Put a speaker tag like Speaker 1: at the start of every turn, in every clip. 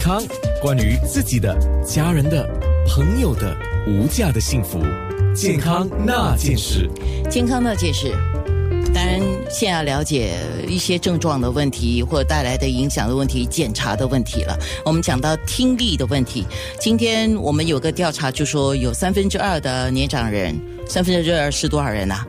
Speaker 1: 康，关于自己的、家人的、朋友的无价的幸福。健康那件事，
Speaker 2: 健康那件事。当然现在要了解一些症状的问题或者带来的影响的问题，检查的问题了。我们讲到听力的问题，今天我们有个调查就说有2/3的年长人，2/3是多少人啊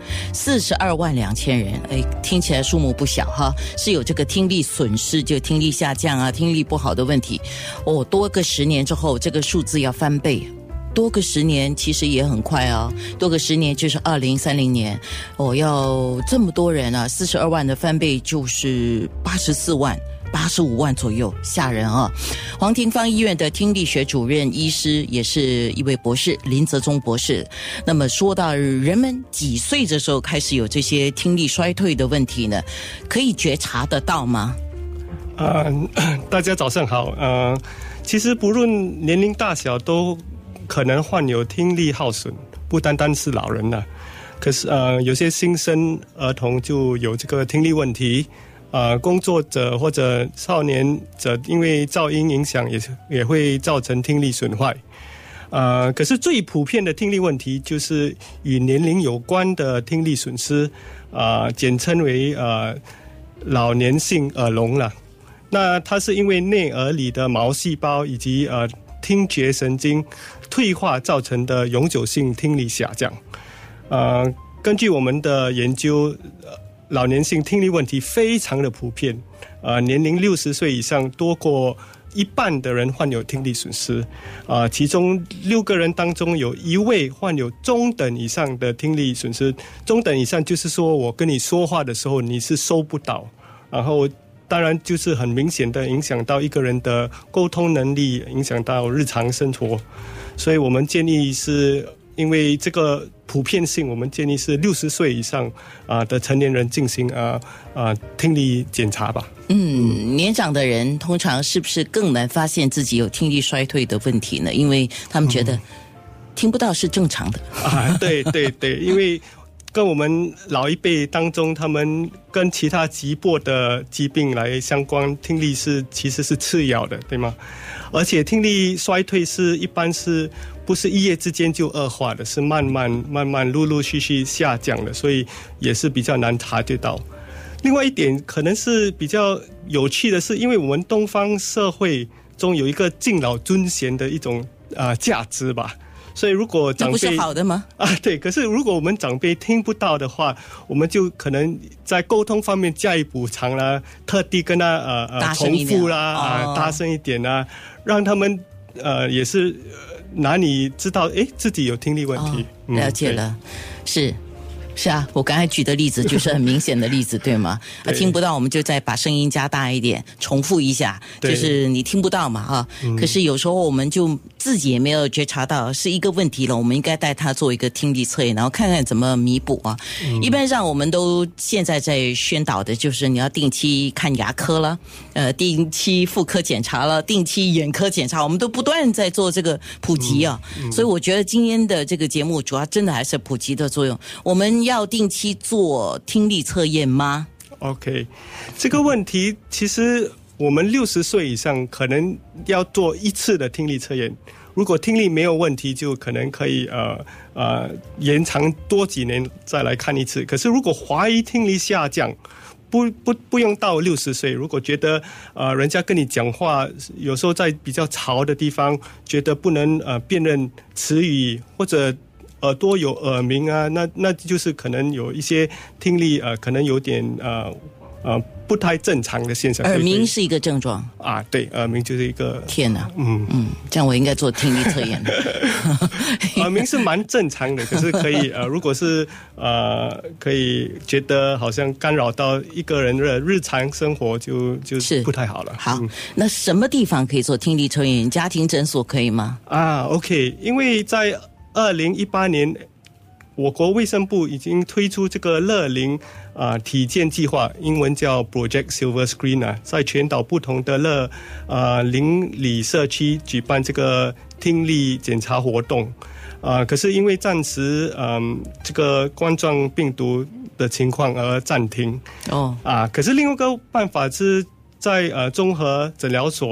Speaker 2: ？42.2万人，听起来数目不小哈，是有这个听力损失，就听力下降啊，听力不好的问题。多个10年之后，这个数字要翻倍。多个10年其实也很快啊，多个10年就是2030年，要这么多人啊，42万的翻倍就是84万。85万左右，吓人啊！黄廷芳医院的听力学主任医师，也是一位博士，林泽忠博士。那么说到人们几岁的时候开始有这些听力衰退的问题呢？可以觉察得到吗？
Speaker 3: 大家早上好。其实不论年龄大小，都可能患有听力耗损，不单单是老人了。可是有些新生儿童就有这个听力问题。工作者或者少年者因为噪音影响也会造成听力损坏。可是最普遍的听力问题就是与年龄有关的听力损失，简称为老年性耳聋了。那它是因为内耳里的毛细胞以及听觉神经退化造成的永久性听力下降。根据我们的研究，老年性听力问题非常的普遍，年龄60岁以上多过一半的人患有听力损失，其中6个人当中有1位患有中等以上的听力损失。中等以上就是说我跟你说话的时候你是收不到，然后当然就是很明显的影响到一个人的沟通能力，影响到日常生活。所以我们建议是因为这个普遍性，我们建议是60岁以上的成年人进行听力检查吧。
Speaker 2: 年长的人通常是不是更难发现自己有听力衰退的问题呢？因为他们觉得听不到是正常的。
Speaker 3: 对对对，因为跟我们老一辈当中，他们跟其他急迫的疾病来相关，听力其实是次要的，对吗？而且听力衰退一般是不是一夜之间就恶化的，是慢慢陆陆续续下降的，所以也是比较难察觉到。另外一点可能是比较有趣的是，因为我们东方社会中有一个敬老尊贤的一种价值吧，所以如果长辈，
Speaker 2: 那不是好的吗？
Speaker 3: 对。可是如果我们长辈听不到的话，我们就可能在沟通方面加以补偿啦，特地跟他重复啦，大声一点啊，让他们也是哪里知道自己有听力问题。
Speaker 2: 了解了。是啊，我刚才举的例子就是很明显的例子，对吗？听不到我们就再把声音加大一点，重复一下，就是你听不到嘛可是有时候我们就自己也没有觉察到是一个问题了，我们应该带他做一个听力测验，然后看看怎么弥补啊。一般上我们都现在在宣导的就是你要定期看牙科了，定期妇科检查了，定期眼科检查，我们都不断在做这个普及啊。所以我觉得今天的这个节目主要真的还是普及的作用。我们要定期做听力测验吗？
Speaker 3: OK， 这个问题其实我们60岁以上可能要做1次的听力测验，如果听力没有问题就可能可以延长多几年再来看1次。可是如果怀疑听力下降，不用到60岁，如果觉得人家跟你讲话有时候在比较嘈的地方觉得不能辨认词语，或者耳朵有耳鸣啊，那就是可能有一些听力可能有点不太正常的现象。
Speaker 2: 耳鸣是一个症状
Speaker 3: 对，耳鸣就是一个。
Speaker 2: 天哪，这样我应该做听力测验。
Speaker 3: 耳鸣是蛮正常的，可是可以如果是可以觉得好像干扰到一个人的日常生活就是不太好了。
Speaker 2: 好，那什么地方可以做听力测验？家庭诊所可以吗
Speaker 3: ？OK， 因为在2018年我国卫生部已经推出这个乐龄体健计划，英文叫 Project Silver Screen 在全岛不同的邻里社区举办这个听力检查活动。可是因为暂时这个冠状病毒的情况而暂停。可是另外一个办法是在综合诊疗所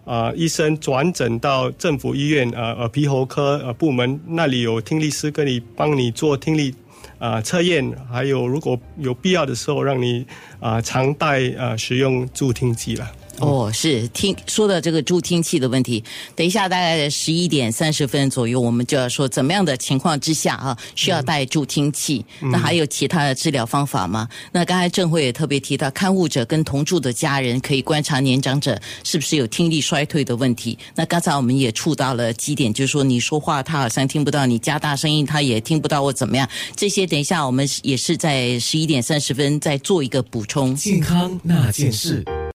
Speaker 3: 医生转诊到政府医院耳鼻喉科部门，那里有听力师帮你做听力测验，还有如果有必要的时候，让你常戴使用助听器了。
Speaker 2: 是说的这个助听器的问题，等一下大概11:30左右，我们就要说怎么样的情况之下需要戴助听器。那还有其他的治疗方法吗？那刚才郑慧也特别提到，看护者跟同住的家人可以观察年长者是不是有听力衰退的问题。那刚才我们也触到了几点，就是说你说话他好像听不到，你加大声音他也听不到或怎么样，这些等一下我们也是在11:30再做一个补充。
Speaker 1: 健康那件事。